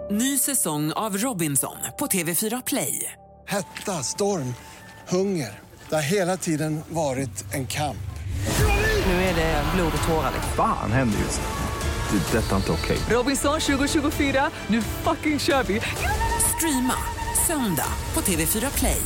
Ny säsong av Robinson på TV4 Play. Hetta, storm, hunger. Det har hela tiden varit en kamp. Nu är det blod och tårar. Fan händer just nu. Det. Detta är inte okej. Robinson 2024, nu fucking kör vi. Streama söndag på TV4 Play.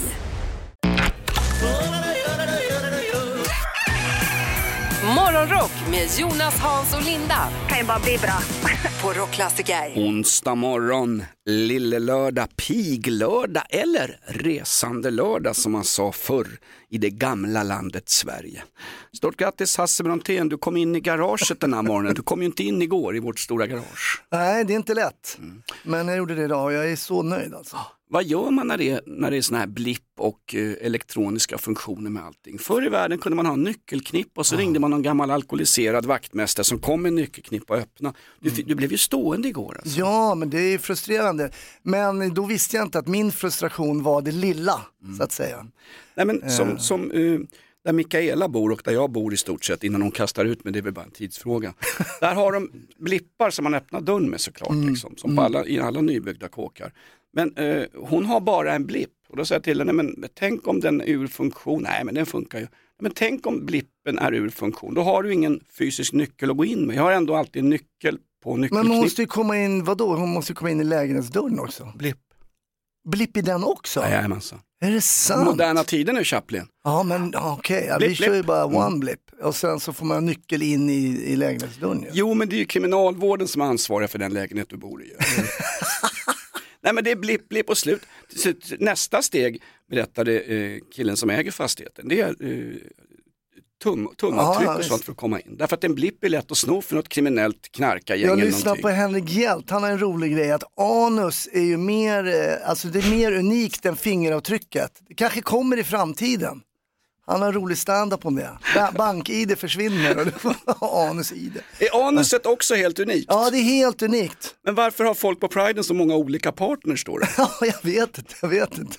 Morgonrock med Jonas, Hans och Linda. Kan ju bara bli bra. På Rockklassiker. Onsdag morgon, lille lördag, piglördag eller resande lördag som man sa förr i det gamla landet Sverige. Stort grattis Hasse Brontén, du kom in i garaget den här morgonen. Du kom ju inte in igår i vårt stora garage. Nej, det är inte lätt. Men jag gjorde det idag och jag är så nöjd alltså. Vad gör man när det är såna här blipp och elektroniska funktioner med allting? Förr i världen kunde man ha en nyckelknipp och så ringde man någon gammal alkoholiserad vaktmästare som kom med en nyckelknipp och öppna. Du blev ju stående igår alltså. Ja, men det är frustrerande. Men då visste jag inte att min frustration var det lilla, så att säga. Nej, men som där Mikaela bor och där jag bor i stort sett innan de kastar ut mig, det är väl bara en tidsfråga. Där har de blippar som man öppnar dörren med såklart, liksom, som på i alla nybyggda kåkar. Men hon har bara en blipp och då säger jag till henne, men tänk om den är ur funktion. Nej, men den funkar ju. Men tänk om blippen är ur funktion. Då har du ingen fysisk nyckel att gå in med. Jag har ändå alltid en nyckel på nyckelknipp. Men hon måste ju komma in, vadå? Hon måste ju komma in i lägenhetsdörren också. Blipp i den också? Jajamensan. Är det sant? Moderna tiden är Chaplin. Ja, men okej. Ja, vi kör ju bara one blip. Och sen så får man nyckel in i lägenhetsdörren. Ja. Jo, men det är ju kriminalvården som är ansvarig för den lägenhet du bor i. Nej, men det är blipp och slut. Nästa steg, berättade killen som äger fastigheten, det är tumavtryck och sånt för att komma in. Därför att en blipp är lätt att sno för något kriminellt knarkargäng. Jag lyssnar på Henrik Hjelt, han har en rolig grej att anus är ju mer, alltså det är mer unikt än fingeravtrycket. Det kanske kommer i framtiden. Han har en rolig stand-up om det. Bank-ID försvinner och det får anus-ID. Är anuset också helt unikt? Ja, det är helt unikt. Men varför har folk på Priden så många olika partners då? Ja, jag vet inte.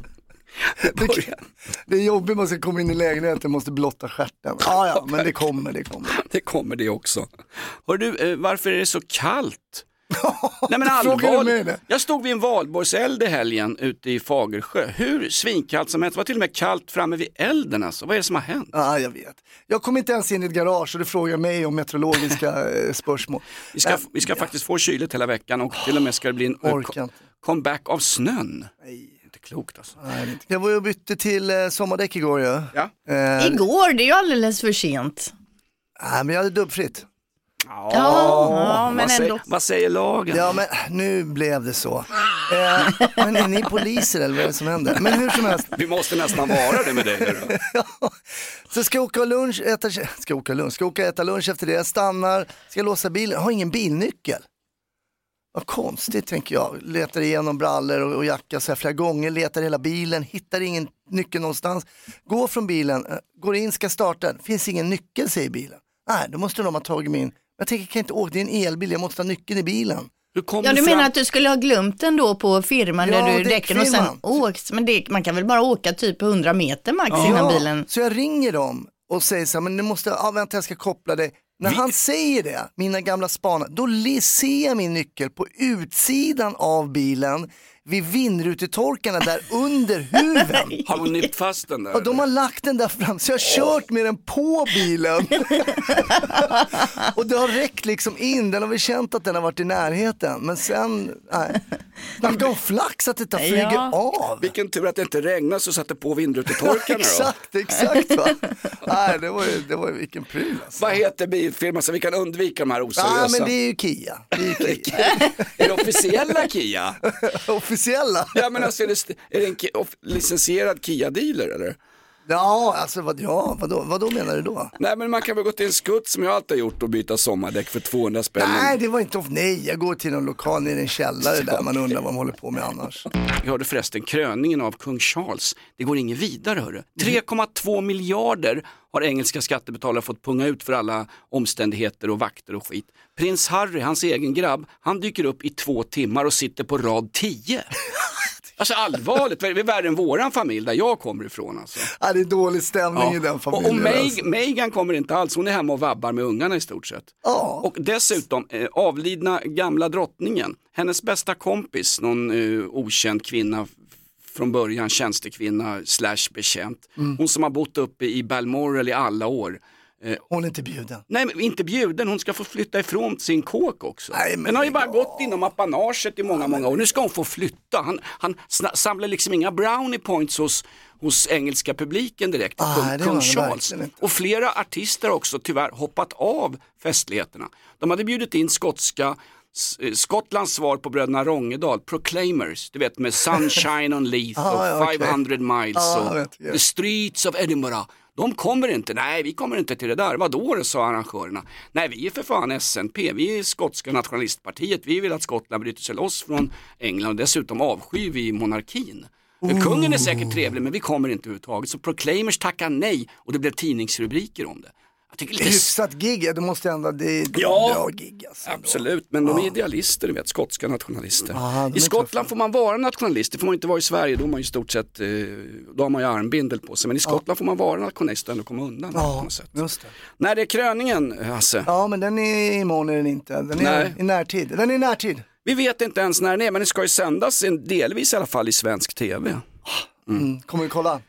Det är jobbigt, man ska komma in i lägenheten, måste blotta stjärten. Ja, men det kommer. Det kommer det också. Hör du, varför är det så kallt? Nej, men jag stod vid en valborgseld i helgen ute i Fagersjö. Hur svinkallt som helst. Det var till och med kallt framme vid elden alltså. Vad är det som har hänt? Ja, jag vet. Jag kom inte ens in i ett garage och det frågar mig om meteorologiska spörsmål. Vi ska faktiskt få kyligt hela veckan och till och med ska det bli en comeback av snön. Nej. Inte klokt alltså. Nej, jag var ju och bytte till sommardäck igår ju. Ja. Igår, det är ju alldeles för sent. Nej, men jag hade dubbfritt. Ja, men ändå. Vad säger lagen? Ja, men nu blev det så. Men är ni poliser eller vad är det som händer? Men hur som helst. Vi måste nästan vara det med dig nu då. Så ska jag åka äta lunch efter det. Jag stannar, ska låsa bilen. Har ingen bilnyckel. Vad konstigt, tänker jag. Letar igenom brallor och jacka så här flera gånger. Letar hela bilen, hittar ingen nyckel någonstans. Går från bilen, går in, ska starta. Finns ingen nyckel, säger bilen. Nej, då måste de ha tagit min. Jag tänker, kan inte åka, det är en elbil, jag måste ha nyckeln i bilen. Du menar att du skulle ha glömt den då på firman där du däcken och sen åkt. Men man kan väl bara åka typ 100 meter max innan bilen. Så jag ringer dem och säger så här, men du måste, vänta, jag ska koppla dig. När han säger det, mina gamla spanar, då ser jag min nyckel på utsidan av bilen vid vindrutetorkarna där under huven. Har hon nypt fast den där? Och de har lagt den där fram, så jag har kört med den på bilen. Och det har räckt liksom in, den har vi känt att den har varit i närheten. Men sen, nej. Snacka om flax att det flyger av. Vilken tur att det inte regnar så satte på vindrutetorkarna då. Exakt va. Nej, det var ju vilken pryl alltså. Vad heter bilfirman så vi kan undvika de här oseriösa? Ja, men det är ju Kia. Är det officiella Kia? Officiella? Ja, men alltså är det en licensierad Kia-dealer eller? Ja, alltså vad då menar du då? Nej, men man kan väl gå till en skutt som jag alltid har gjort och byta sommardäck för 200 spänn. Nej, det var inte jag går till någon lokal nere i en källare där man undrar vad man håller på med annars. Jag hörde förresten kröningen av kung Charles. Det går ingen vidare, hörru. 3,2 miljarder har engelska skattebetalare fått punga ut för alla omständigheter och vakter och skit. Prins Harry, hans egen grabb, han dyker upp i 2 timmar och sitter på rad 10. Alltså allvarligt, det är värre än våran familj där jag kommer ifrån alltså. Ja, det är dålig stämning i den familjen. Och Meghan kommer inte alls, hon är hemma och vabbar med ungarna i stort sett. Och dessutom, avlidna gamla drottningen, hennes bästa kompis, någon okänd kvinna från början, tjänstekvinna / bekänt. Hon som har bott uppe i Balmoral i alla år. Hon är inte bjuden. Nej, men inte bjuden. Hon ska få flytta ifrån sin kåk också. Den har ju bara gått inom apanaget i många år. Nu ska hon få flytta. Han samlar liksom inga brownie points hos engelska publiken direkt. Kung Charles. Och flera artister har också tyvärr hoppat av festligheterna. De hade bjudit in Skottlands svar på bröderna Rongedal, Proclaimers, du vet, med Sunshine on Leith och 500 Miles och The Streets of Edinburgh. De kommer inte, nej vi kommer inte till det där. Vadå det, sa arrangörerna. Nej, vi är för fan SNP, vi är skotska nationalistpartiet, vi vill att Skottland bryter sig loss från England och dessutom avskyr vi monarkin. Kungen är säkert trevlig men vi kommer inte överhuvudtaget. Så Proclaimers tackar nej och det blev tidningsrubriker om det. Hyfsat gig, det måste ändå, det är bra gig alltså. Absolut, men de är idealister, du vet, skotska nationalister. I Skottland får man vara nationalist, det får man inte vara i Sverige, då har man ju stort sett, då har man ju armbindel på sig, men i Skottland får man vara nationalist och ändå komma undan på något sätt. Just det. När det är kröningen, Hasse? Ja, men den är imorgon är den inte, den är i närtid. Den är i närtid. Vi vet inte ens när den är, men det ska ju sändas delvis i alla fall i svensk tv. Kommer du kolla?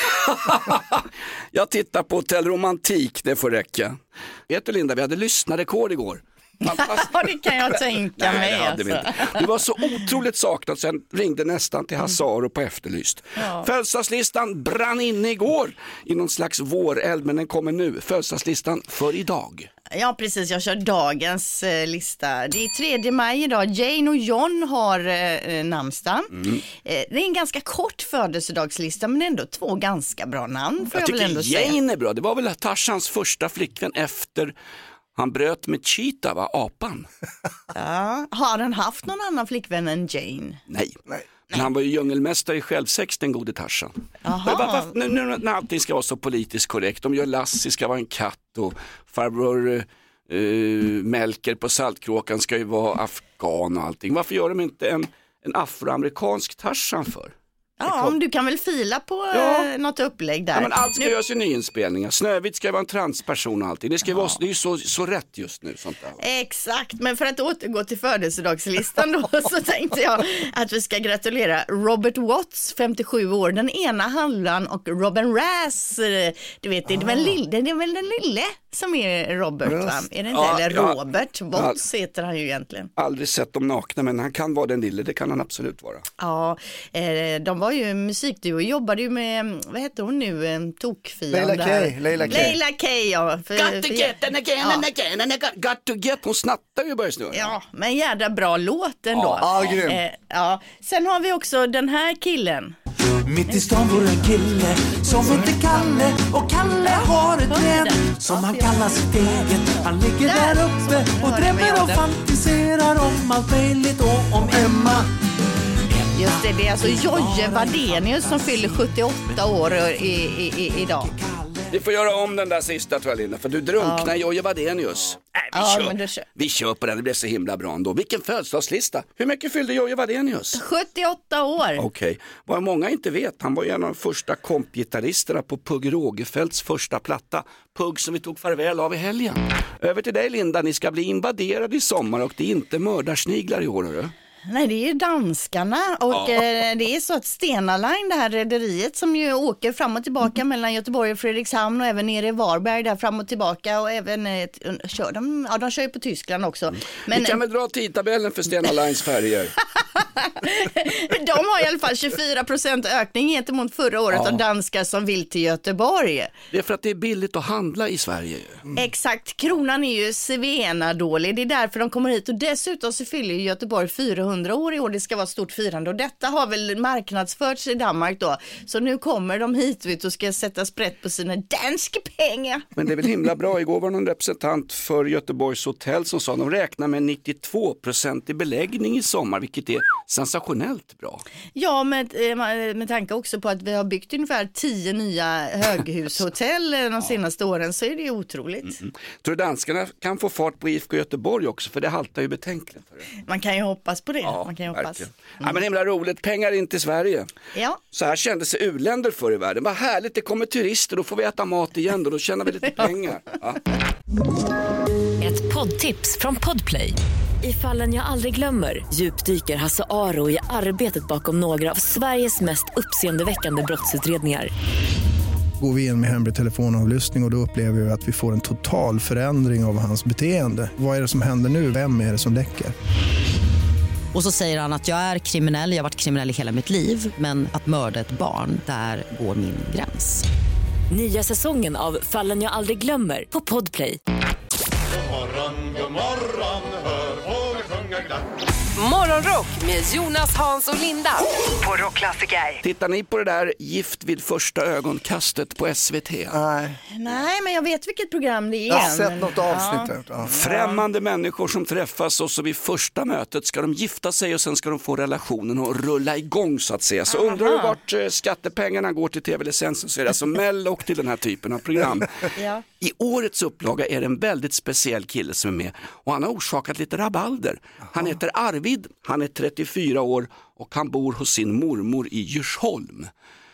Jag tittar på Hotell Romantik, det får räcka. Vet du Linda, vi hade lyssnarrekord igår. Ja, det kan jag tänka mig. Alltså. Det var så otroligt saknat, sen ringde nästan till Hassaro på Efterlyst. Födelsedagslistan brann in igår i någon slags våreld, men den kommer nu. Födelsedagslistan för idag. Ja, precis. Jag kör dagens lista. Det är 3 maj idag. Jane och John har namnsdag. Det är en ganska kort födelsedagslista, men ändå 2 ganska bra namn. Jag tycker Jane är bra. Det var väl Tarzans första flickvän efter han bröt med Cheetah, va? Apan. Ja. Har han haft någon annan flickvän än Jane? Nej. Men han var ju djungelmästare i självsex, den gode Tarzan. Nu när allting ska vara så politiskt korrekt. De gör Lassie ska vara en katt och farbror Melker på Saltkråkan ska ju vara afghan och allting. Varför gör de inte en afroamerikansk Tarzan för? Ja, om du kan väl fila på något upplägg där. Ja, men allt ska göras i nyinspelningar. Snövit ska vara en transperson och allting. Det ska vara, det är ju så rätt just nu. Sånt där. Exakt, men för att återgå till födelsedagslistan då så tänkte jag att vi ska gratulera Robert Watts, 57 år, den ena halvan, och Robin Rass, du vet, det är väl den lille som är Robert, va? Är det inte? Eller Robert Watts heter han ju egentligen. Aldrig sett dem nakna, men han kan vara den lille, det kan han absolut vara. Ja, de var ju musikduo och jobbade ju med, vad heter hon nu, tokfian Leila Kay, ja. Got to get and again and again and again. Got to get, hon snattar ju bara snurra. Ja, men jävla bra låt ändå. Grym. Sen har vi också den här killen. Mitt i stan bor en kille som heter Kalle, och Kalle har ett träd som han kallar sitt eget. Han ligger där uppe och drömmer och fantiserar om allt möjligt och om Emma. Just det är alltså Jojje Wadenius som fyller 78 år idag. Vi får göra om den där sista, tror jag, Linda, för du drunknar Jojje Wadenius. Vi kör på den, det blev så himla bra ändå. Vilken födelsedagslista. Hur mycket fyllde Jojje Wadenius? 78 år. Okej. Vad många inte vet, han var ju en av de första kompgitarristerna på Pugh Rogefeldts första platta. Pugh som vi tog farväl av i helgen. Över till dig, Linda, ni ska bli invaderade i sommar och det är inte mördarsniglar i år, hörru. Nej, det är danskarna och det är så att Stena Line, det här rederiet som ju åker fram och tillbaka mellan Göteborg och Fredrikshamn och även nere i Varberg där fram och tillbaka, och även de kör ju på Tyskland också. Men vi kan väl dra tidtabellen för Stena Lines färger. De har i alla fall 24% ökning gentemot förra året av danskar som vill till Göteborg. Det är för att det är billigt att handla i Sverige. Exakt, kronan är ju svena dålig. Det är därför de kommer hit, och dessutom så fyller Göteborg 400 år i år. Det ska vara stort firande, och detta har väl marknadsförts i Danmark då. Så nu kommer de hit och ska sätta sprätt på sina danska pengar. Men det är väl himla bra. Igår var någon representant för Göteborgs hotell som sa att de räknar med 92% i beläggning i sommar, vilket är sensationellt bra. Ja, med tanke också på att vi har byggt ungefär 10 nya höghushotell de senaste åren, så är det otroligt. Tror du danskarna kan få fart på IFK Göteborg också, för det haltar ju betänkligt för det. Man kan ju hoppas på det. Ja, man kan ju hoppas. Ja, men himla roligt, pengar in till Sverige. Ja. Så här kände sig u-länder förr i världen. Vad härligt, det kommer turister, då får vi äta mat igen, då tjänar vi lite pengar. Ja. Ett poddtips från Podplay. I Fallen jag aldrig glömmer djupdyker Hasse Aro i arbetet bakom några av Sveriges mest uppseendeväckande brottsutredningar. Går vi in med hemlig telefonavlyssning och då upplever vi att vi får en total förändring av hans beteende. Vad är det som händer nu? Vem är det som läcker? Och så säger han att jag är kriminell, jag har varit kriminell i hela mitt liv, men att mörda ett barn, där går min gräns. Nya säsongen av Fallen jag aldrig glömmer på Podplay. God morgon, hör fåglar sjunga glatt. Morgonrock med Jonas, Hans och Linda på Rockklassiker. Tittar ni på det där Gift vid första ögonkastet på SVT? Nej, men jag vet vilket program det är. Jag har sett något avsnitt. Ja. Främmande människor som träffas och så vid första mötet ska de gifta sig och sen ska de få relationen att rulla igång så att säga. Så undrar du vart skattepengarna går till tv-licensen, så är det alltså Mello och till den här typen av program. Ja. I årets upplaga är det en väldigt speciell kille som är med och han har orsakat lite rabalder. Han heter Arvid, han är 34 år och han bor hos sin mormor i Djursholm.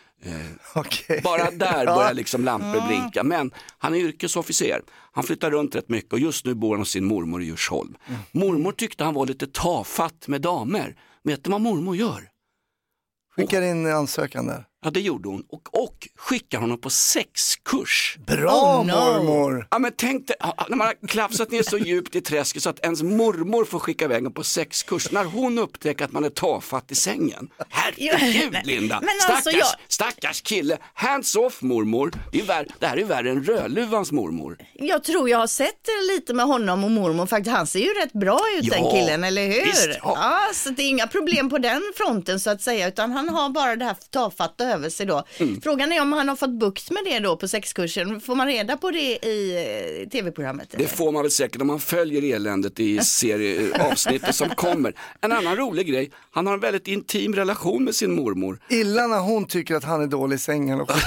Bara där börjar liksom lampor blinka. Men han är yrkesofficer. Han flyttar runt rätt mycket och just nu bor han hos sin mormor i Djursholm. Mormor tyckte han var lite tafatt med damer. Vet du vad mormor gör? Skickar in ansökan där. Ja, det gjorde hon. Och skickar honom på sexkurs. Bra mormor! Ja, men tänk dig, när man har klafsat ner så djupt i träsket så att ens mormor får skicka iväg honom på sexkurs. När hon upptäcker att man är tafatt i sängen. Herregud, Linda! Stackars kille. Hands off, mormor. Det här är värre än Rödluvans mormor. Jag tror jag har sett lite med honom och mormor. Faktiskt, han ser ju rätt bra ut, den killen, eller hur? Visst, ja, så det är inga problem på den fronten så att säga, utan han har bara det här tafatta över sig då. Frågan är om han har fått bukt med det då på sexkursen. Får man reda på det i tv-programmet? Det får man väl säkert om man följer eländet i serieavsnittet som kommer. En annan rolig grej, han har en väldigt intim relation med sin mormor. Illa när hon tycker att han är dålig i sängen och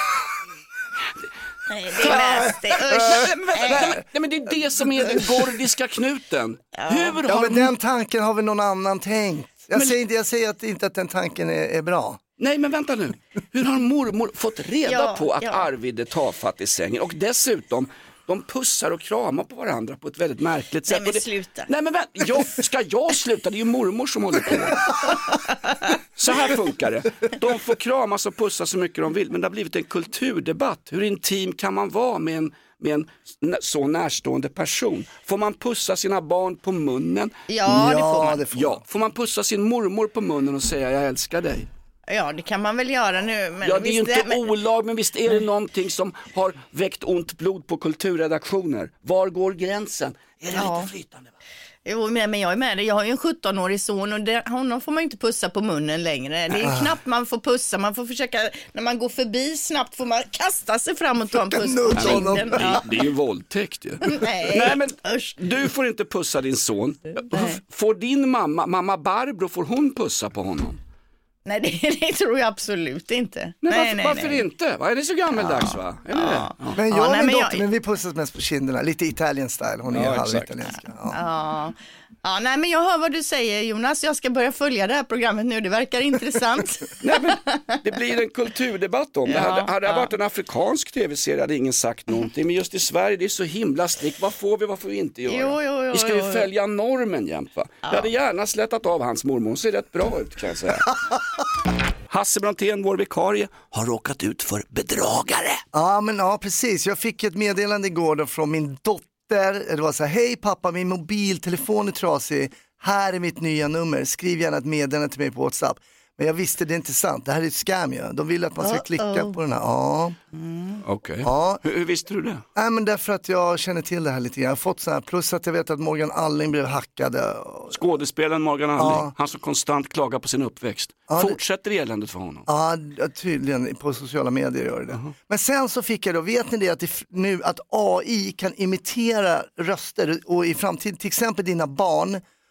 Nej, det är mest Nej, men det är det som är den gordiska knuten. Men den tanken har väl någon annan tänkt. Jag säger att inte att den tanken är bra. Nej, men vänta nu. Hur har mormor fått reda på att Arvid är tafatt i sängen? Och dessutom, de pussar och kramar på varandra på ett väldigt märkligt sätt. Nej, men sluta. Nej, men ska jag sluta? Det är ju mormor som håller på. Så här funkar det. De får kramas och pussa så mycket de vill, men det har blivit en kulturdebatt. Hur intim kan man vara med en så närstående person? Får man pussa sina barn på munnen? Ja, det får man. Det får ja, får man pussa sin mormor på munnen och säga jag älskar dig? Ja, det kan man väl göra nu. Men ja, det är ju inte olag, men visst är det någonting som har väckt ont blod på kulturredaktioner. Var går gränsen? Är det lite flytande? Va? Jo, men jag är med det. Jag har ju en 17-årig son och honom får man ju inte pussa på munnen längre. Det är knappt man får pussa. Man får försöka, när man går förbi snabbt får man kasta sig fram och ta en puss på kinden. Det är ju våldtäkt ju. Nej, men du får inte pussa din son. Får din mamma Barbro, får hon pussa på honom? Nej, det tror jag absolut inte. Varför inte? Är det så gammeldags va? Men jag och min dotter, men vi pussas mest på kinderna. Lite Italian style, hon är ju halvitalienska. Ja, nej, men jag hör vad du säger, Jonas. Jag ska börja följa det här programmet nu. Det verkar intressant. Nej, men det blir en kulturdebatt om det. Hade det varit en afrikansk tv-serie hade ingen sagt någonting. Men just i Sverige, det är så himla strikt. Vad får vi, vad får vi inte göra? Vi ska ju följa normen jämt va? Jag hade gärna slätat av hans mormor. Hon ser rätt bra ut kan jag säga. Hasse Brontén, vår vikarie, har råkat ut för bedragare. Ja, precis. Jag fick ett meddelande igår då från min dotter. Det var så här, hej pappa, min mobiltelefon är trasig. Här är mitt nya nummer. Skriv gärna ett meddelande till mig på WhatsApp. Men jag visste det är inte sant. Det här är ett scam ju. De vill att man ska klicka på den här. Okej. Hur visste du det? Nej, men därför att jag känner till det här lite grann. Jag har fått så här, plus att jag vet att Morgan Alling blev hackade. Skådespelaren Morgan Alling, han som konstant klagar på sin uppväxt. Fortsätter eländet för honom? Ja, tydligen på sociala medier gör det. Men sen så fick jag då, vet ni det att AI kan imitera röster och i framtiden, till exempel dina barn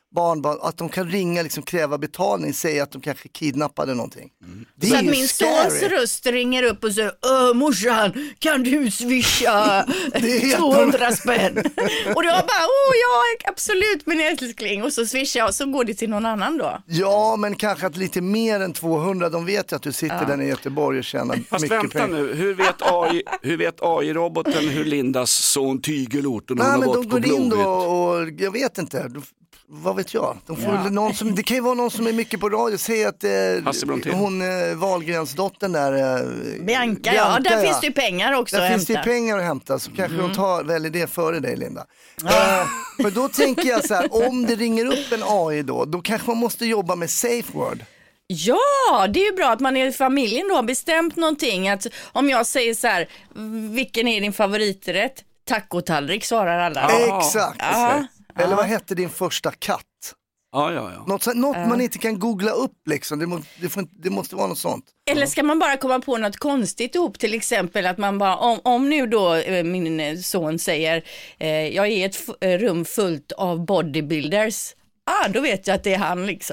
barnbarn, att de kan ringa, liksom kräva betalning, säga att de kanske kidnappade någonting. Så att min sons röst ringer upp och säger, morsan, kan du swisha 200 spänn? Och då bara, ja, absolut min älskling. Och så swishar jag och så går det till någon annan då. Ja, men kanske att lite mer än 200, de vet ju att du sitter där i Göteborg och tjänar mycket pengar. Fast vänta nu, hur vet AI-roboten hur Lindas son Tygelort och någon har gått på Blåvitt? Då och jag vet inte, vad vet jag? De får någon som, det kan ju vara någon som är mycket på radio, säga att hon Wahlgrensdottern där Bianca, ja, där finns det ju pengar också där att finns hämta. Det pengar att hämta, så kanske hon väljer det före dig, Linda. För då tänker jag så här, om det ringer upp en AI då kanske man måste jobba med safe word. Ja, det är ju bra att man i familjen då har bestämt någonting. Att om jag säger så här, vilken är din favoriträtt? Tacotallrik, svarar alla. Exakt. Eller vad hette din första katt? Ja. Något man inte kan googla upp liksom. Det måste vara något sånt. Eller ska man bara komma på något konstigt ihop, till exempel att man bara, om nu då min son säger jag är i ett rum fullt av bodybuilders. Då vet jag att det är han liksom.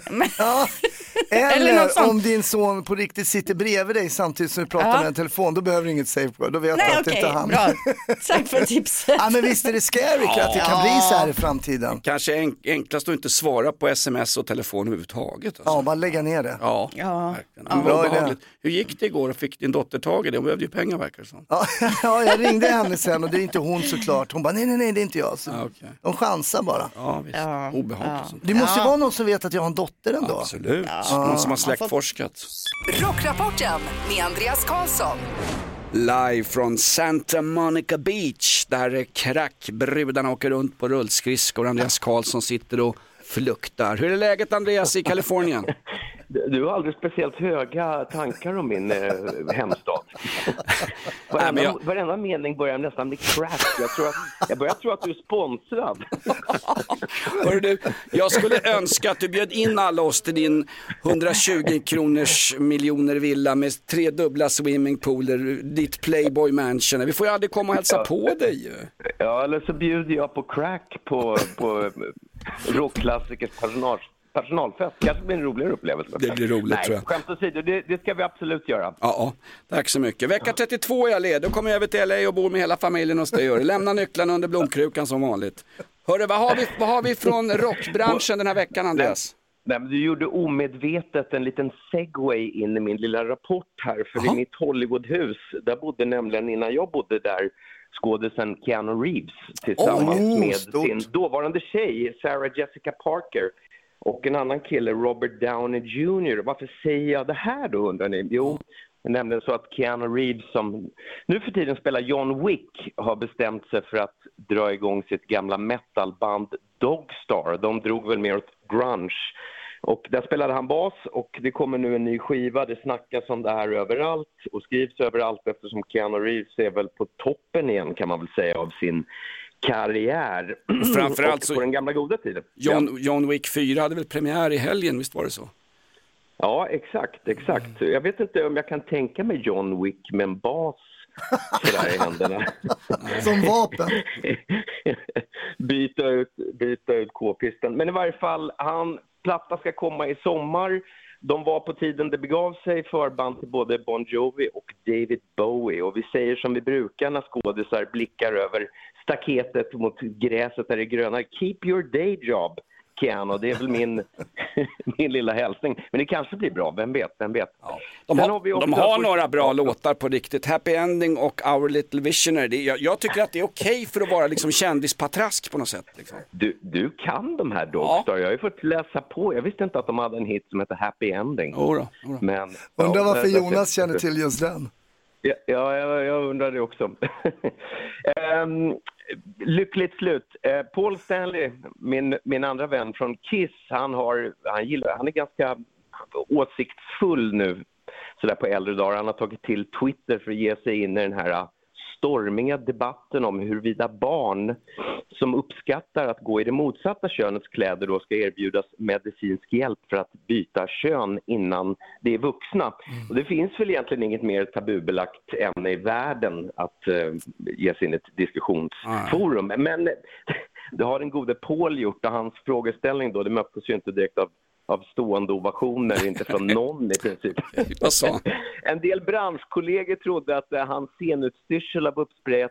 Eller om din son på riktigt sitter bredvid dig samtidigt som du pratar med en telefon, då behöver du inget safe word. Då vet du att det inte är han. Bra. Tack för tipset. Ja, men visst är det scary att det kan bli så här i framtiden. Kanske enklast att inte svara på sms och telefon överhuvudtaget. Alltså. Ja, bara lägga ner det. Ja. Hur gick det igår och fick din dotter tag i det? Hon behövde ju pengar, verkar det som. Ja, jag ringde henne sen och det är inte hon såklart. Hon bara, nej, det är inte jag. Så de chansar bara. Ja, visst. Obehagligt. Det måste ju vara någon som vet att jag har en dotter ändå. Absolut. Någon som har släktforskat. Rockrapporten med Andreas Karlsson. Live från Santa Monica Beach. Där krackbrudarna åker runt på rullskridskor. Andreas Karlsson sitter och fluktar. Hur är läget, Andreas, i Kalifornien? Du har aldrig speciellt höga tankar om min hemstad. Varenda mening börjar nästan bli crash. Jag börjar tro att du är sponsrad. Jag skulle önska att du bjöd in alla oss till din 120 kronors miljoner villa med 3 dubbla swimmingpooler, ditt Playboy Mansion. Vi får ju aldrig komma och hälsa på dig. Ja, eller så bjuder jag på crack på rockklassikers personalfest. Kanske blir en roligare upplevelse. Det blir roligt, tror jag. Skämt åsido, det ska vi absolut göra. Ja, tack så mycket. Vecka 32 är jag led. Då kommer jag över till LA och bor med hela familjen hos dig. Lämna nycklarna under blomkrukan som vanligt. Hörru, vad har vi från rockbranschen den här veckan, Andreas? Nej, men du gjorde omedvetet en liten segway in i min lilla rapport här. För i mitt Hollywoodhus, där bodde nämligen, innan jag bodde där, skådisen Keanu Reeves tillsammans med sin dåvarande tjej Sarah Jessica Parker och en annan kille, Robert Downey Jr. Varför säger jag det här då, undrar ni? Jo, nämligen så att Keanu Reeves, som nu för tiden spelar John Wick, har bestämt sig för att dra igång sitt gamla metalband Dogstar. De drog väl mer åt grunge. Och där spelade han bas och det kommer nu en ny skiva. Det snackas om det här överallt och skrivs överallt eftersom Keanu Reeves är väl på toppen igen, kan man väl säga, av sin karriär. Och framförallt så på den gamla goda tiden. John Wick 4 hade väl premiär i helgen, visst var det så? Ja, exakt. Jag vet inte om jag kan tänka mig John Wick med en bas sådär i händerna. Som vapen. byta ut k-pisten. Men i varje fall, platta ska komma i sommar. De var på tiden det begav sig förband till både Bon Jovi och David Bowie. Och vi säger som vi brukar när skådisar blickar över staketet mot gräset där det gröna. Keep your day job, Keanu. Det är väl min lilla hälsning. Men det kanske blir bra, vem vet. Ja. De har några bra låtar på riktigt. Happy Ending och Our Little Visionary. Jag tycker att det är okej för att vara liksom kändispatrask på något sätt. Liksom. Du kan de här Dogstar. Jag har ju fått läsa på. Jag visste inte att de hade en hit som heter Happy Ending. Men, undrar varför Jonas känner till just den. Ja, jag undrar det också. Lyckligt slut. Paul Stanley, min andra vän från Kiss, han är ganska åsiktsfull nu sådär på äldre dagar. Han har tagit till Twitter för att ge sig in i den här stormiga debatten om huruvida barn som uppskattar att gå i det motsatta könets kläder då ska erbjudas medicinsk hjälp för att byta kön innan det är vuxna. Och det finns väl egentligen inget mer tabubelagt ämne i världen att ge sig in i ett diskussionsforum. Men Det har den gode Paul gjort, och hans frågeställning då, det möttes ju inte direkt av stående ovationer, inte från någon i princip. Vad sa? En del branschkollegor trodde att hans scenutstyrsel av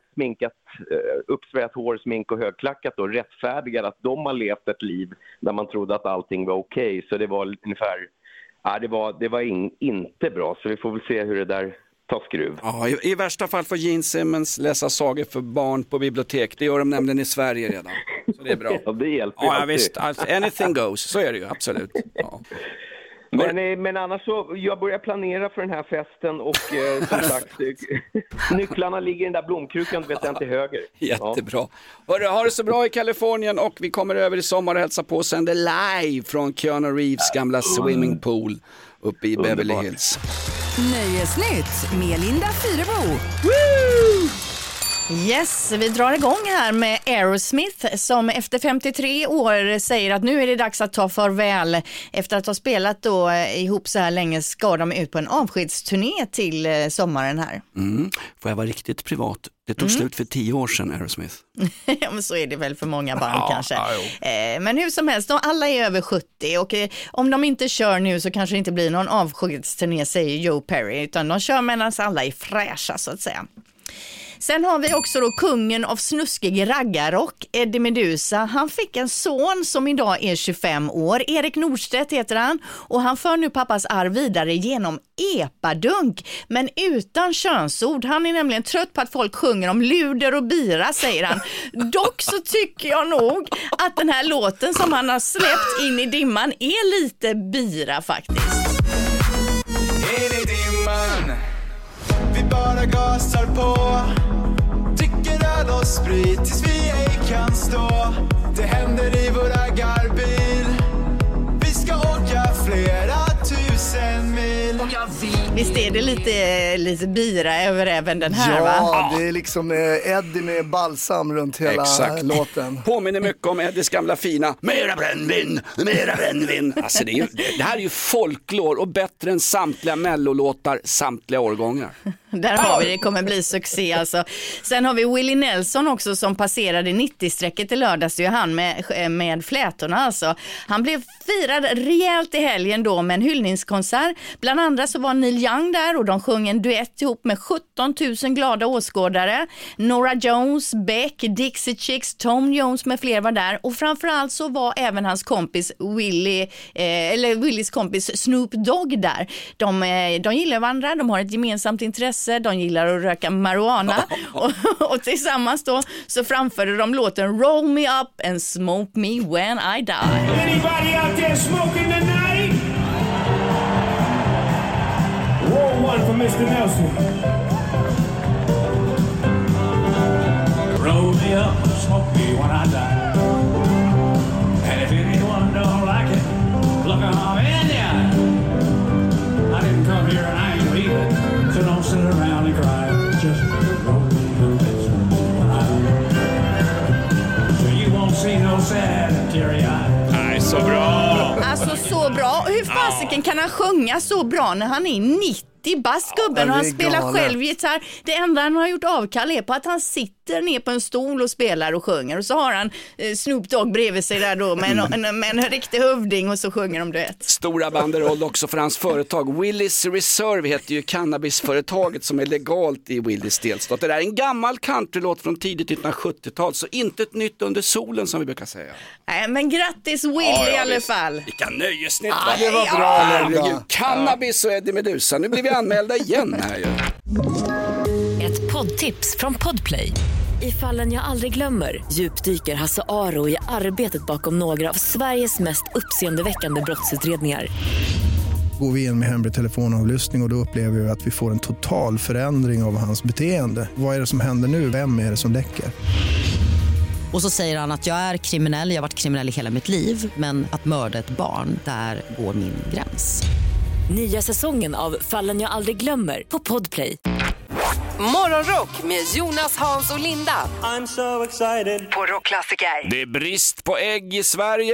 uppsprayat hår, smink och högklackat då rättfärdigade att de har levt ett liv där man trodde att allting var okej. Så det var ungefär, det var inte bra, så vi får väl se hur det där tar skruv. Ja, i värsta fall får Gene Simmons läsa sagor för barn på bibliotek. Det gör de nämligen i Sverige redan. Så det är bra. Ja, det hjälper ju ja, alltid. visst. Anything goes. Så är det ju, absolut. Ja. Men annars så, jag börjar planera för den här festen och som sagt, nycklarna ligger i den där blomkrukan, vet jag, till höger. Jättebra. Hörru, ha det så bra i Kalifornien, och vi kommer över i sommar och hälsa på och sänder live från Keanu Reeves gamla swimmingpool uppe i Beverly Hills. Nöjesnytt med Linda Fyrebo. Woo! Yes, vi drar igång här med Aerosmith som efter 53 år säger att nu är det dags att ta farväl. Efter att ha spelat då ihop så här länge ska de ut på en avskedsturné till sommaren här. Får jag vara riktigt privat? Det tog slut för 10 år sedan, Aerosmith. Ja, men så är det väl för många band kanske. Men hur som helst, alla är över 70 och om de inte kör nu så kanske det inte blir någon avskedsturné, säger Joe Perry, utan de kör medan alla är fräscha så att säga. Sen har vi också då kungen av snuskig raggarrock, Eddie Meduza. Han fick en son som idag är 25 år. Erik Nordstedt heter han, och han för nu pappas arv vidare genom epadunk, men utan könsord. Han är nämligen trött på att folk sjunger om luder och bira, säger han. Dock så tycker jag nog att den här låten som han har släppt in i dimman är lite bira faktiskt. In i dimman, vi bara gasar på, dricker öl och sprit tills vi ej kan stå. Det händer i vår raggarbil, vi ska åka flera tusen mil. Visst är det lite bira över även den här, va? Ja, det är liksom Eddie med balsam runt hela låten. Påminner mycket om Eddies gamla fina mera brännvin, mera brännvin. Alltså det här är ju folklor och bättre än samtliga mellolåtar, samtliga årgångar. Där har vi det, kommer bli succé alltså. Sen har vi Willie Nelson också som passerade 90-strecket i lördags. Det är han med flätorna alltså. Han blev firad rejält i helgen då med en hyllningskonsert. Bland andra så var Neil Young där och de sjöng en duett ihop med 17 000 glada åskådare. Norah Jones, Beck, Dixie Chicks, Tom Jones med fler var där. Och framförallt så var även hans kompis Willies kompis Snoop Dogg där. De gillar varandra, de har ett gemensamt intresse. De gillar att röka marijuana och tillsammans då så framförde de låten Roll Me Up and Smoke Me When I Die. Anybody out there smoking tonight? Roll one for Mr. Nelson. Roll me up and smoke me when I die. And if anyone don't like it, look on in the eye. I didn't come here and I ain't leaving. So don't sit around and cry. Just roll me up and smoke me when I die. So you won't see no sad and teary-eyed. Nej, så bra! Alltså så bra. Hur fasiken kan han sjunga så bra när han är 90 bassgubben och han spelar själv gitarr? Det enda han har gjort avkall är på att han sitter ner på en stol och spelar och sjunger, och så har han Snoop Dogg bredvid sig där då med en riktig hövding, och så sjunger de duett. Stora banderoll också för hans företag. Willys Reserve heter ju cannabisföretaget som är legalt i Willys delstat. Det där är en gammal countrylåt från tidigt 1970-tal, så inte ett nytt under solen som vi brukar säga. Nej, men grattis Willy i alla fall. Vilka nöjesnitt, va? Det var bra. Cannabis och Eddie Meduza. Nu blir vi anmälda igen här ju. Ett poddtips från Podplay. I Fallen jag aldrig glömmer djupdyker Hasse Aro i arbetet bakom några av Sveriges mest uppseendeväckande brottsutredningar. Går vi in med hemlig telefonavlyssning och då upplever vi att vi får en total förändring av hans beteende. Vad är det som händer nu? Vem är det som läcker? Och så säger han att jag är kriminell, jag har varit kriminell i hela mitt liv. Men att mörda ett barn, där går min gräns. Nya säsongen av Fallen jag aldrig glömmer på Podplay. Morgonrock med Jonas, Hans och Linda. I'm so excited. På Rockklassiker. Det är brist på ägg i Sverige.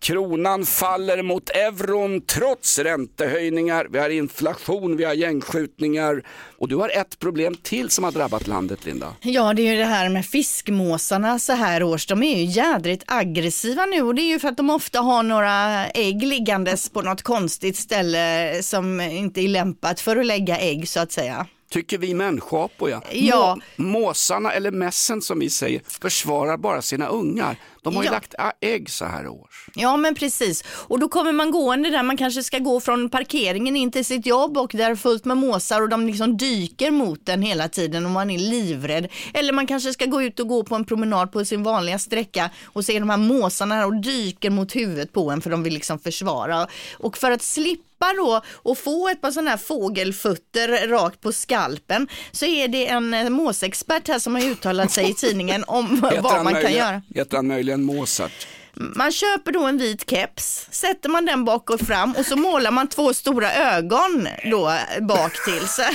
Kronan faller mot euron trots räntehöjningar. Vi har inflation, vi har gängskjutningar. Och du har ett problem till som har drabbat landet, Linda. Ja, det är ju det här med fiskmåsarna så här års. De är ju jädrigt aggressiva nu och det är ju för att de ofta har några ägg liggandes på något konstigt ställe som inte är lämpat för att lägga ägg så att säga. Tycker vi människoapor, ja. Måsarna eller mässen som vi säger försvarar bara sina ungar. De har ju lagt ägg så här års. Ja men precis. Och då kommer man gående där, man kanske ska gå från parkeringen in till sitt jobb och där är fullt med måsar och de liksom dyker mot den hela tiden och man är livrädd. Eller man kanske ska gå ut och gå på en promenad på sin vanliga sträcka och se de här måsarna här och dyker mot huvudet på en för de vill liksom försvara. Och för att slippa då och få ett par sådana här fågelfötter rakt på skalpen så är det en måsexpert här som har uttalat sig i tidningen om vad man kan göra. Heter han möjligen Mozart? Man köper då en vit keps, sätter man den bak och fram och så målar man 2 stora ögon då bak till sig.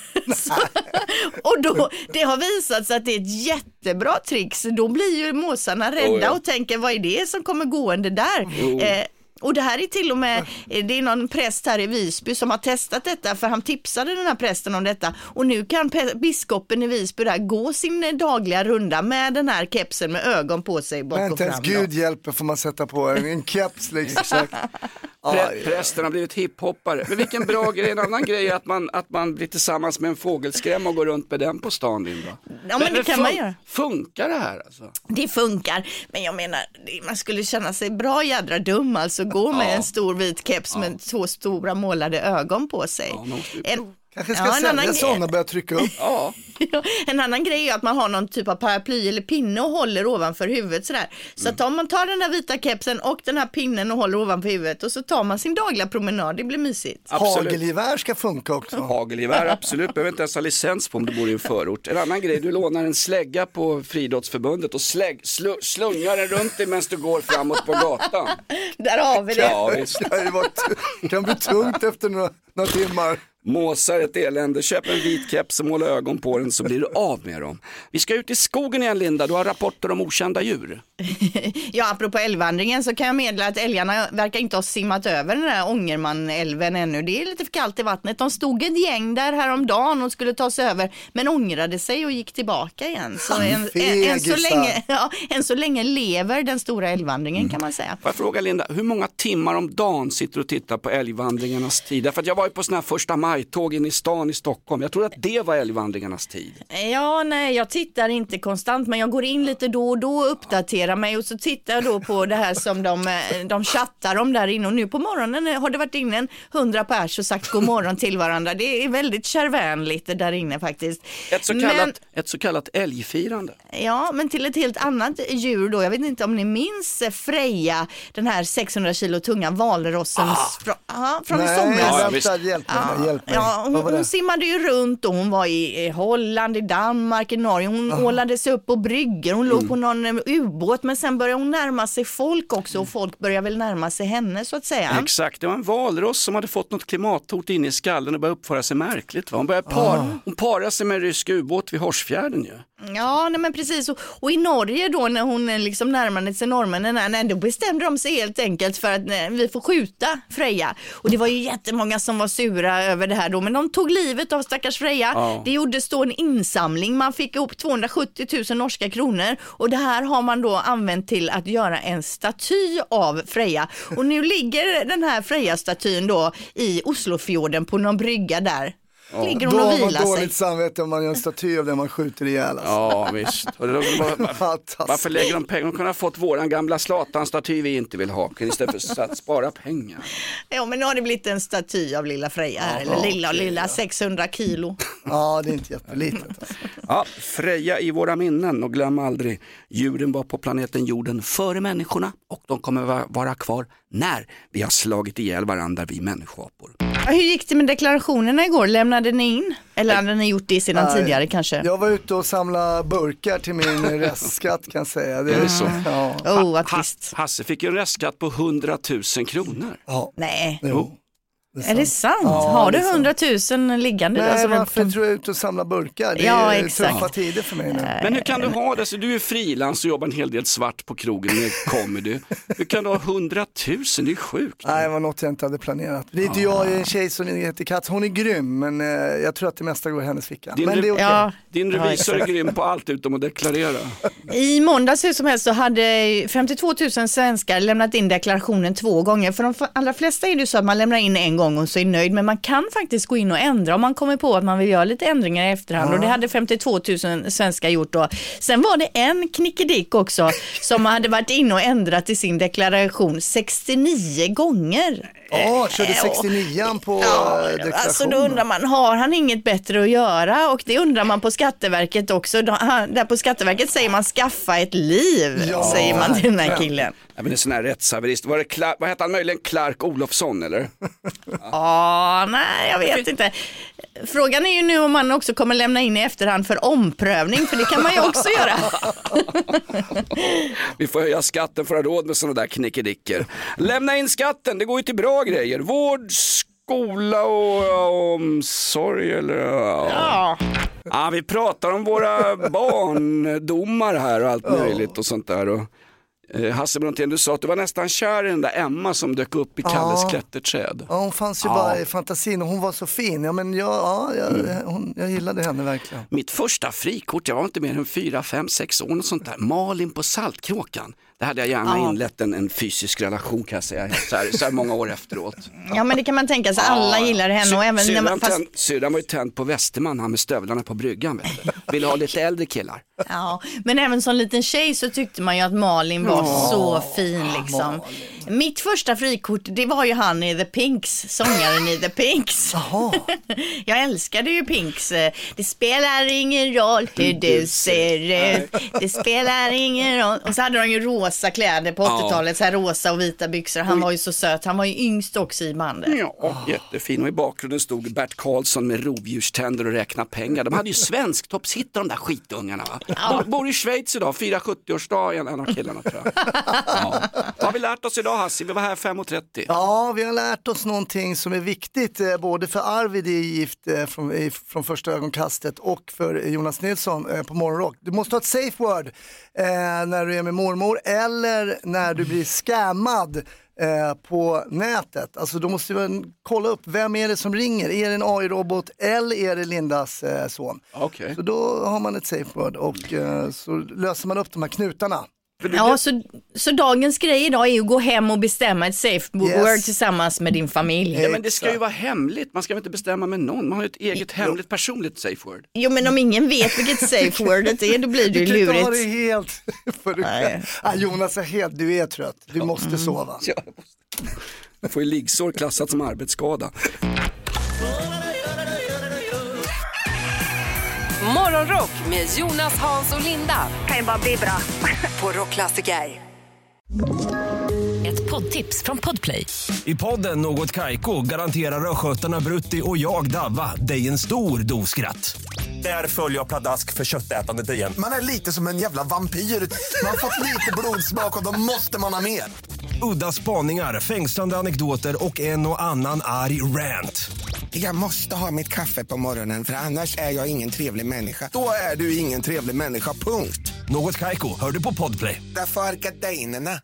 Och då, det har visat sig att det är ett jättebra trick så då blir ju måsarna rädda och tänker vad är det som kommer gående där? Och det här är till och med, det är någon präst här i Visby som har testat detta för han tipsade den här prästen om detta och nu kan biskopen i Visby där gå sin dagliga runda med den här kepsen med ögon på sig bak och fram. Men Gud hjälper får man sätta på en keps liksom. Exakt. Prästen har blivit hiphoppare. Men vilken bra grej, en annan grej är att man blir tillsammans med en fågelskräm och går runt med den på stan, Linda. Ja men det kan man göra. Funkar det här alltså? Det funkar, men jag menar man skulle känna sig bra jädra dum alltså gå med en stor vit keps med 2 stora målade ögon på sig. Kanske ska sälja sådana och börja trycka upp. En annan grej är att man har någon typ av paraply eller pinne och håller ovanför huvudet sådär. Så att om man tar den där vita kepsen och den här pinnen och håller ovanför huvudet och så tar man sin dagliga promenad, det blir mysigt. Hagelgevär ska funka också. Hagelgevär, absolut. Behöver inte ens ha licens på om du bor i en förort. En annan grej, du lånar en slägga på Friidrottsförbundet och slungar den runt dig medan du går framåt på gatan. Där har vi det. Ja, visst. Det kan bli tungt efter några timmar. Måsar ett elände, köp en vit keps och måla ögon på den så blir du av med dem. Vi ska ut i skogen igen, Linda, du har rapporter om okända djur. Ja, apropå älgvandringen så kan jag meddela att älgarna verkar inte ha simmat över den där Ångermanälven ännu. Det är lite för kallt i vattnet. De stod ett gäng där häromdagen och skulle ta sig över men ångrade sig och gick tillbaka igen. Så än så länge lever den stora älgvandringen kan man säga. Får jag fråga Linda, hur många timmar om dagen sitter du och tittar på älgvandringarnas tid? För att jag var ju på sån här första maj-tåg in i stan i Stockholm. Jag tror att det var älgvandringarnas tid. Ja, nej, jag tittar inte konstant men jag går in lite då och då och uppdaterar mig och så tittar jag då på det här som de chattar om där inne och nu på morgonen har det varit inne 100 pers och sagt god morgon till varandra. Det är väldigt kärvänligt där inne faktiskt. Ett så kallat älgfirande. Ja, men till ett helt annat djur då. Jag vet inte om ni minns Freja, den här 600 kilo tunga valrossen från i somras. Hon simmade ju runt och hon var i Holland, i Danmark, i Norge. Hon ålades upp på brygger. Hon låg på någon ubåt men sen började hon närma sig folk också och folk började väl närma sig henne så att säga. Exakt, det var en valross som hade fått något klimathot in i skallen och började uppföra sig märkligt. Va? Hon parade sig med en rysk ubåt vid Horsfjärden ju. Ja, nej men precis. Och i Norge då när hon liksom närmade sig norrmännen, då bestämde de sig helt enkelt för att vi får skjuta Freja. Och det var ju jättemånga som var sura över det här då, men de tog livet av stackars Freja. Ja. Det gjordes då en insamling, man fick ihop 270 000 norska kronor och det här har man då använt till att göra en staty av Freja. Och nu ligger den här Freja-statyn då i Oslofjorden på någon brygga där. Ligger hon och vilar sig. Då har man dåligt samvete om man gör en staty av det man skjuter ihjäl. Alltså. Ja, visst. Varför lägger de pengar? De kunde ha fått våran gamla Zlatan-staty vi inte vill ha. Istället för att spara pengar. Ja, men nu har det blivit en staty av lilla Freja här. Eller lilla 600 kilo. Ja, det är inte jättelitet. Alltså. Ja, Freja i våra minnen och glöm aldrig. Djuren var på planeten jorden före människorna och de kommer vara kvar när vi har slagit ihjäl varandra, vi människoapor. Hur gick det med deklarationerna igår? Lämnade ni in? Eller hade ni gjort det sedan tidigare kanske? Jag var ute och samlade burkar till min restskatt kan jag säga. Det är så. Ja. Vad trist. Hasse fick ju en restskatt på 100 000 kronor. Ja. Nej. Jo. Är det sant? Har du 100 000 liggande? Nej, där varför tror jag ut och samla burkar? Det är tuffa tider för mig nu. Men hur kan du ha det? Så du är frilans och jobbar en hel del svart på krogen med comedy. Hur kan du ha 100 000? Det är sjukt. Nej, det var något jag inte hade planerat. Det är inte jag, en tjej som heter Kat. Hon är grym, men jag tror att det mesta går i hennes ficka. Men det är okej. Din revisor är grym på allt utom att deklarera. I måndags hur som helst så hade 52 000 svenskar lämnat in deklarationen 2 gånger. För de allra flesta är det så att man lämnar in en gång och så är nöjd. Men man kan faktiskt gå in och ändra om man kommer på att man vill göra lite ändringar i efterhand. Och det hade 52 000 svenskar gjort då. Sen var det en knickedick också som hade varit inne och ändrat i sin deklaration 69 gånger. Körde 69 på deklarationen. Alltså då undrar man, har han inget bättre att göra? Och det undrar man på Skatteverket också. Där på Skatteverket säger man skaffa ett liv, säger man till den här killen. Ja, men det är sån här rättshaverist. Vad heter han möjligen? Clark Olofsson eller? Nej, jag vet inte. Frågan är ju nu om man också kommer lämna in i efterhand för omprövning, för det kan man ju också göra. Vi får höja skatten för att ha råd med sådana där knickedicker. Lämna in skatten, det går ju till bra grejer. Vård, skola och omsorg eller... Ja, vi pratar om våra barndomar här och allt möjligt och sånt där. Och Hasse Brontén, du sa att du var nästan kär i den där Emma som dök upp i Kalles klätterträd. Ja, hon fanns ju bara i fantasin och hon var så fin. Ja, men jag gillade henne verkligen. Mitt första frikort, jag var inte mer än 4, 5, 6 år och sånt där. Malin på Saltkråkan. Det hade jag gärna inlett en fysisk relation kan jag säga, så här många år efteråt. Ja, men det kan man tänka sig, alla gillar henne. Och även syrran var ju tänd på Västerman, han med stövlarna på bryggan. Ville ha lite äldre killar. Ja, men även som liten tjej så tyckte man ju att Malin var så fin liksom. Mitt första frikort, det var ju han i The Pinks, sångaren i The Pinks. Jag älskade ju Pinks. Det spelar ingen roll hur du ser ut. Det spelar ingen roll. Och så hade de ju rosa kläder på 80-talet, så här rosa och vita byxor. Han var ju så söt, han var ju yngst också i bandet. Ja, jättefin. Och i bakgrunden stod Bert Karlsson med rovdjurständer och räkna pengar. De hade ju svensk toppshit, de där skitungarna, va? Bor i Schweiz idag, 70-årsdag, en av killarna tror jag. Vad har vi lärt oss idag, Hassi? Vi var här 5:30. Ja, vi har lärt oss någonting som är viktigt både för Arvid i Gift från första ögonkastet och för Jonas Nilsson på Morgonrock. Du måste ha ett safe word när du är med mormor eller när du blir scammad på nätet. Alltså då måste vi kolla upp, vem är det som ringer? Är det en AI-robot eller är det Lindas son? Okay. Så då har man ett safe word och så löser man upp de här knutarna. Ja, så dagens grej idag är att gå hem och bestämma ett safe word tillsammans med din familj. Ja, men det ska ju vara hemligt, man ska väl inte bestämma med någon. Man har ju ett eget hemligt personligt safe word. Jo, men om ingen vet vilket safe wordet är, då blir det ju lurigt. Du kan inte ha det helt för dig själv. Jonas är helt, du är trött. Du måste sova. Ja, jag får ju liggsår klassat som arbetsskada. Morgonrock med Jonas, Hans och Linda. Kan ju bara bli bra. På Rockklassiker. Ett poddtips från Podplay. I podden Något Kaiko garanterar röskötarna Brutti och jag Davva dig en stor doskratt. Där följer jag pladask för köttätandet igen. Man är lite som en jävla vampyr. Man har fått lite blodsmak och då måste man ha mer. Udda spaningar, fängslande anekdoter och en och annan arg rant. Jag måste ha mitt kaffe på morgonen för annars är jag ingen trevlig människa. Då är du ingen trevlig människa, punkt. Något Kaiko, hör du på Podplay. Därför är gardinerna.